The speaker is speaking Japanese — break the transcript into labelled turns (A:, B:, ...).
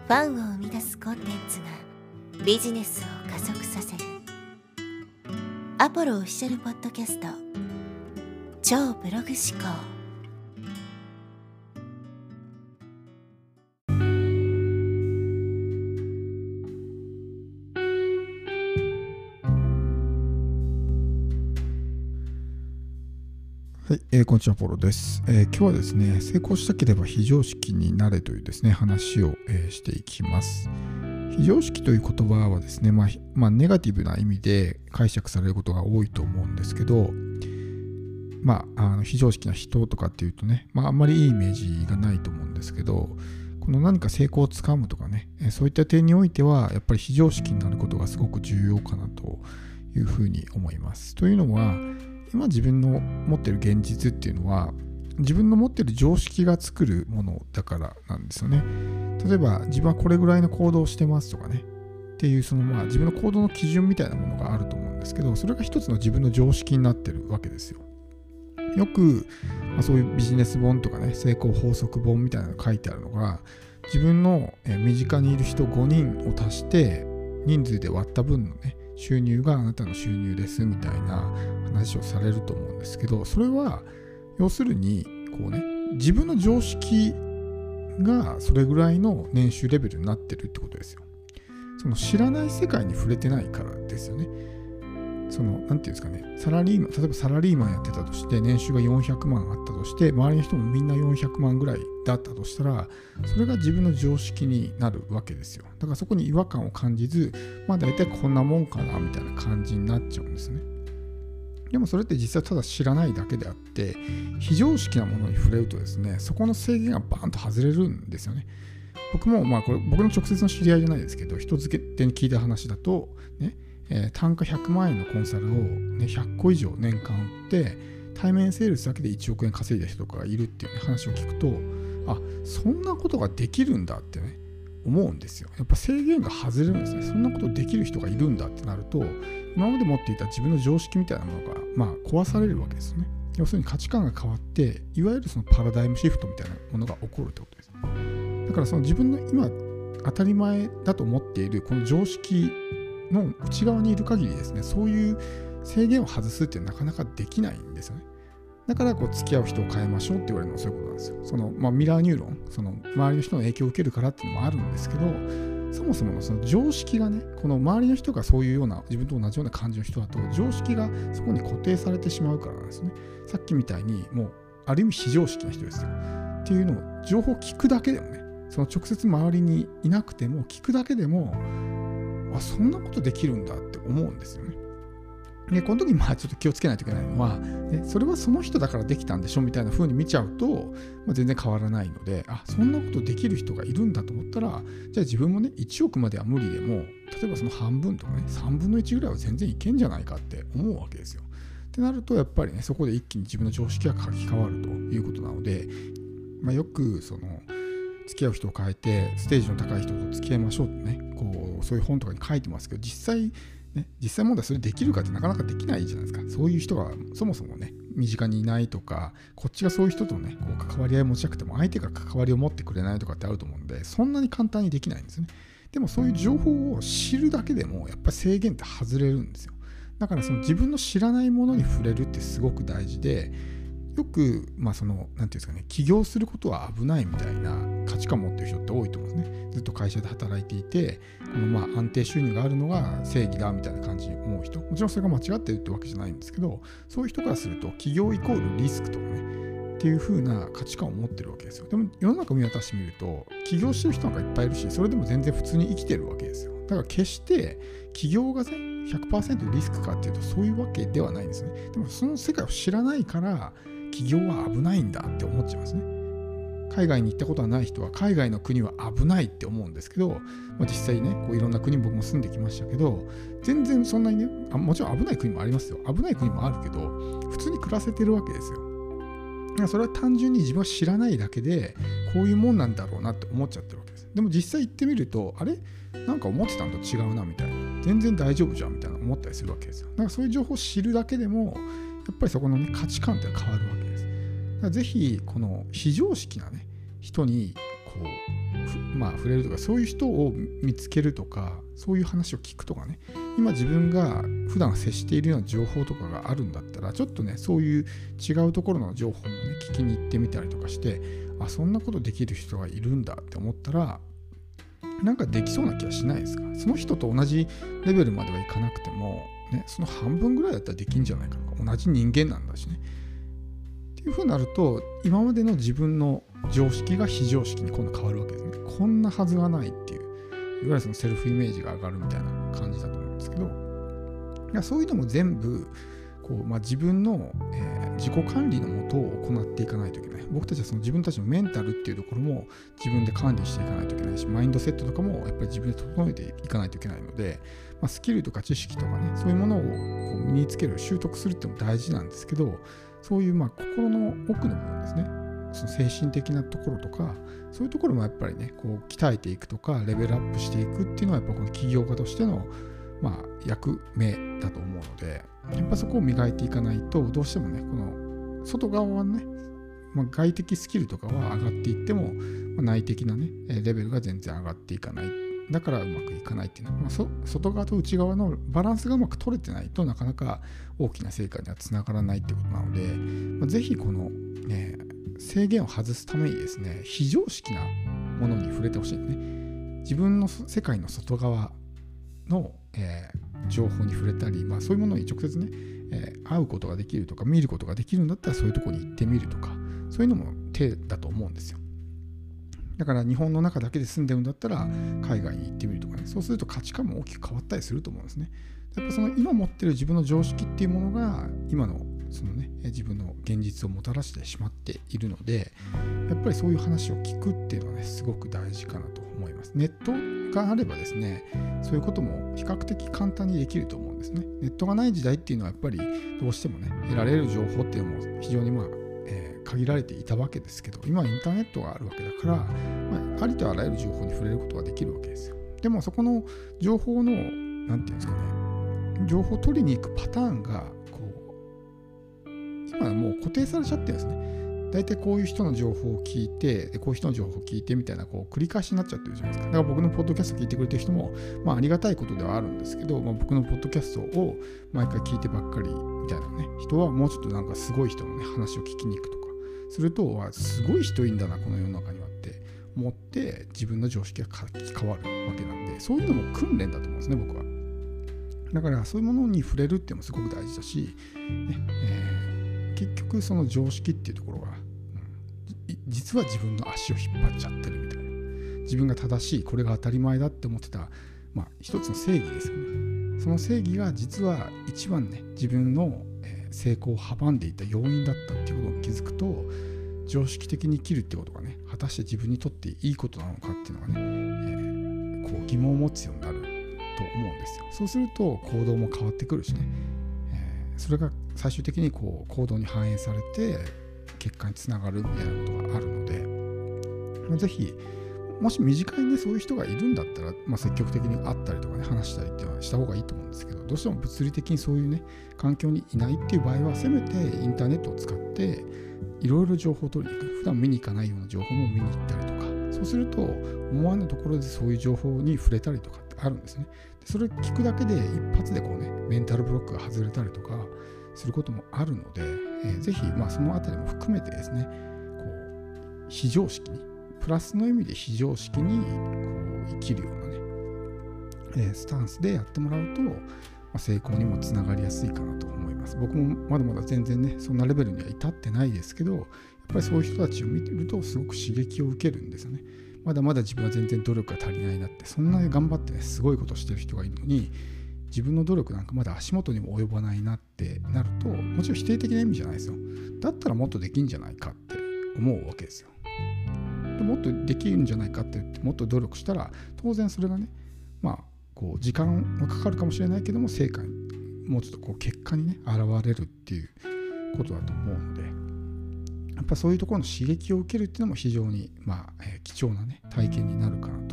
A: ファンを生み出すコンテンツがビジネスを加速させるアポロオフィシャルポッドキャスト超ブログ思考。
B: はい、こんにちは、ポロです。今日はですね、成功したければ非常識になれというですね、話を、していきます。非常識という言葉はですね、ネガティブな意味で解釈されることが多いと思うんですけど、非常識な人とかっていうとね、あんまりいいイメージがないと思うんですけど、この何か成功をつかむとかね、そういった点においては、やっぱり非常識になることがすごく重要かなというふうに思います。というのは、今自分の持っている現実っていうのは自分の持っている常識が作るものだからなんですよね。例えば自分はこれぐらいの行動をしてますとかねっていう自分の行動の基準みたいなものがあると思うんですけど、それが一つの自分の常識になってるわけですよ。よく、そういうビジネス本とかね、成功法則本みたいなのが書いてあるのが、自分の身近にいる人5人を足して人数で割った分のね収入があなたの収入ですみたいな話をされると思うんですけど、それは要するに自分の常識がそれぐらいの年収レベルになってるってことですよ。その知らない世界に触れてないからですよね。なんていうんですかね、例えばサラリーマンやってたとして年収が400万あったとして、周りの人もみんな400万ぐらいだったとしたら、それが自分の常識になるわけですよ。だからそこに違和感を感じず、大体こんなもんかなみたいな感じになっちゃうんですね。でもそれって実際ただ知らないだけであって、非常識なものに触れるとですね、そこの制限がバーンと外れるんですよね。僕もこれ僕の直接の知り合いじゃないですけど、人付け手に聞いた話だとね、単価100万円のコンサルを、100個以上年間売って対面セールスだけで1億円稼いだ人とかがいるっていう、話を聞くと、そんなことができるんだってね思うんですよ。やっぱ制限が外れるんですね。そんなことできる人がいるんだってなると、今まで持っていた自分の常識みたいなものが壊されるわけですよね。要するに価値観が変わって、いわゆるそのパラダイムシフトみたいなものが起こるってことです。だからその自分の今当たり前だと思っているこの常識の内側にいる限りですね、そういう制限を外すってなかなかできないんですよね。だから付き合う人を変えましょうって言われるのはそういうことなんですよ。ミラーニューロン、周りの人の影響を受けるからっていうのもあるんですけど、そもそものその常識がね、この周りの人がそういうような自分と同じような感じの人だと、常識がそこに固定されてしまうからなんですね。さっきみたいにもうある意味非常識な人ですよっていうのを情報を聞くだけでもね、その直接周りにいなくても聞くだけでも、そんなことできるんだって思うんですよね。でこの時にちょっと気をつけないといけないのは、それはその人だからできたんでしょみたいな風に見ちゃうと、全然変わらないので、そんなことできる人がいるんだと思ったら、じゃあ自分もね1億までは無理でも、例えばその半分とかね3分の1ぐらいは全然いけんじゃないかって思うわけですよ。ってなるとやっぱりね、そこで一気に自分の常識が書き換わるということなので、よく付き合う人を変えてステージの高い人と付き合いましょうとね、そういう本とかに書いてますけど、実際問題それできるかってなかなかできないじゃないですか。そういう人がそもそもね身近にいないとか、こっちがそういう人とね関わり合い持ちたくても相手が関わりを持ってくれないとかってあると思うんで、そんなに簡単にできないんですね。でもそういう情報を知るだけでもやっぱり制限って外れるんですよ。だから自分の知らないものに触れるってすごく大事で、よくなんていうんですかね、起業することは危ないみたいな価値観を持ってる人って多いと思うんですね。ずっと会社で働いていて、安定収入があるのが正義だみたいな感じに思う人、もちろんそれが間違ってるってわけじゃないんですけど、そういう人からすると起業イコールリスクとかねっていう風な価値観を持ってるわけですよ。でも世の中見渡してみると、起業してる人なんかいっぱいいるし、それでも全然普通に生きてるわけですよ。だから決して起業が100% リスクかっていうとそういうわけではないんですね。でもその世界を知らないから起業は危ないんだって思っちゃいますね。海外に行ったことはない人は海外の国は危ないって思うんですけど、実際ねいろんな国僕も住んできましたけど、全然そんなにね、もちろん危ない国もありますよ。危ない国もあるけど普通に暮らせてるわけですよ。それは単純に自分は知らないだけでこういうもんなんだろうなって思っちゃってるわけです。でも実際行ってみると、なんか思ってたのと違うなみたいな、全然大丈夫じゃんみたいな思ったりするわけですよ。だからそういう情報を知るだけでもやっぱりそこの、価値観って変わるわけです。だからぜひこの非常識なね人に触れるとか、そういう人を見つけるとか、そういう話を聞くとかね、今自分が普段接しているような情報とかがあるんだったら、ちょっとねそういう違うところの情報もね聞きに行ってみたりとかして、そんなことできる人がいるんだって思ったら、なんかできそうな気はしないですか？その人と同じレベルまではいかなくても、ね、その半分ぐらいだったらできんじゃないかな。同じ人間なんだしね。っていう風になると、今までの自分の常識が非常識に今度変わるわけですね。こんなはずがないっていう、いわゆるそのセルフイメージが上がるみたいな感じだと思うんですけど、そういうのも全部自分の、自己管理のもとを行っていかないといけない。僕たちはその自分たちのメンタルっていうところも自分で管理していかないといけないし、マインドセットとかもやっぱり自分で整えていかないといけないので、スキルとか知識とかね、そういうものを身につける、習得するっていうのも大事なんですけど、そういう心の奥の部分ですね、その精神的なところとか、そういうところもやっぱりね鍛えていくとかレベルアップしていくっていうのはやっぱこの起業家としての役目だと思うので、やっぱそこを磨いていかないと、どうしてもねこの外側はね、外的スキルとかは上がっていっても、内的なねレベルが全然上がっていかない。だからうまくいかないっていうのは、外側と内側のバランスがうまく取れてないとなかなか大きな成果にはつながらないってことなので、ぜひこの、制限を外すためにですね、非常識なものに触れてほしいんですね。自分の世界の外側の、情報に触れたり、そういうものに直接ね、会うことができるとか見ることができるんだったら、そういうところに行ってみるとか、そういうのも手だと思うんですよ。だから日本の中だけで住んでるんだったら海外に行ってみるとかね、そうすると価値観も大きく変わったりすると思うんですね。やっぱその今持ってる自分の常識っていうものが今のそのね自分の現実をもたらしてしまっているので、やっぱりそういう話を聞くっていうのはねすごく大事かなと思います。ネットがあればですね、そういうことも比較的簡単にできると思うんですね。ネットがない時代っていうのはやっぱりどうしてもね得られる情報っていうのも非常に限られていたわけですけど、今はインターネットがあるわけだから、ありとあらゆる情報に触れることができるわけですよ。でもそこの情報のなんていうんですかね、情報を取りに行くパターンが今はもう固定されちゃってるんですね。大体こういう人の情報を聞いて、こういう人の情報を聞いてみたいな繰り返しになっちゃってるじゃないですか。だから僕のポッドキャスト聞いてくれてる人も、ありがたいことではあるんですけど、僕のポッドキャストを毎回聞いてばっかりみたいなね人は、もうちょっとなんかすごい人のね話を聞きに行くとかすると、すごい人いいんだなこの世の中にはって思って自分の常識が変わるわけなんで、そういうのも訓練だと思うんですね、僕は。だからそういうものに触れるっていうのもすごく大事だし、結局その常識っていうところが、実は自分の足を引っ張っちゃってるみたいな、自分が正しい、これが当たり前だって思ってた、一つの正義ですよね。その正義が実は一番ね自分の成功を阻んでいた要因だったっていうことに気づくと、常識的に生きるってことがね果たして自分にとっていいことなのかっていうのがね、疑問を持つようになると思うんですよ。そうすると行動も変わってくるしね、それが最終的に行動に反映されて結果につながるみたいなことがあるので、ぜひもし身近にねそういう人がいるんだったら、積極的に会ったりとかね話したりっていうのはした方がいいと思うんですけど、どうしても物理的にそういうね環境にいないっていう場合は、せめてインターネットを使っていろいろ情報を取りに行く。普段見に行かないような情報も見に行ったりとか、そうすると思わぬところでそういう情報に触れたりとかってあるんですね。でそれ聞くだけで一発でメンタルブロックが外れたりとかすることもあるので、ぜひそのあたりも含めてですね、非常識にプラスの意味で非常識に生きるようなね、スタンスでやってもらうと、成功にもつながりやすいかなと思います。僕もまだまだ全然ねそんなレベルには至ってないですけど、やっぱりそういう人たちを見てるとすごく刺激を受けるんですよね。まだまだ自分は全然努力が足りないなって、そんなに頑張ってねすごいことしてる人がいるのに、自分の努力なんかまだ足元にも及ばないなってなると、もちろん否定的な意味じゃないですよ。だったらもっとできんじゃないかって思うわけですよ。でもっとできるんじゃないかって言ってもっと努力したら、当然それがね時間はかかるかもしれないけども、成果にもうちょっと結果にね現れるっていうことだと思うので、やっぱそういうところの刺激を受けるっていうのも非常に貴重なね体験になるかなと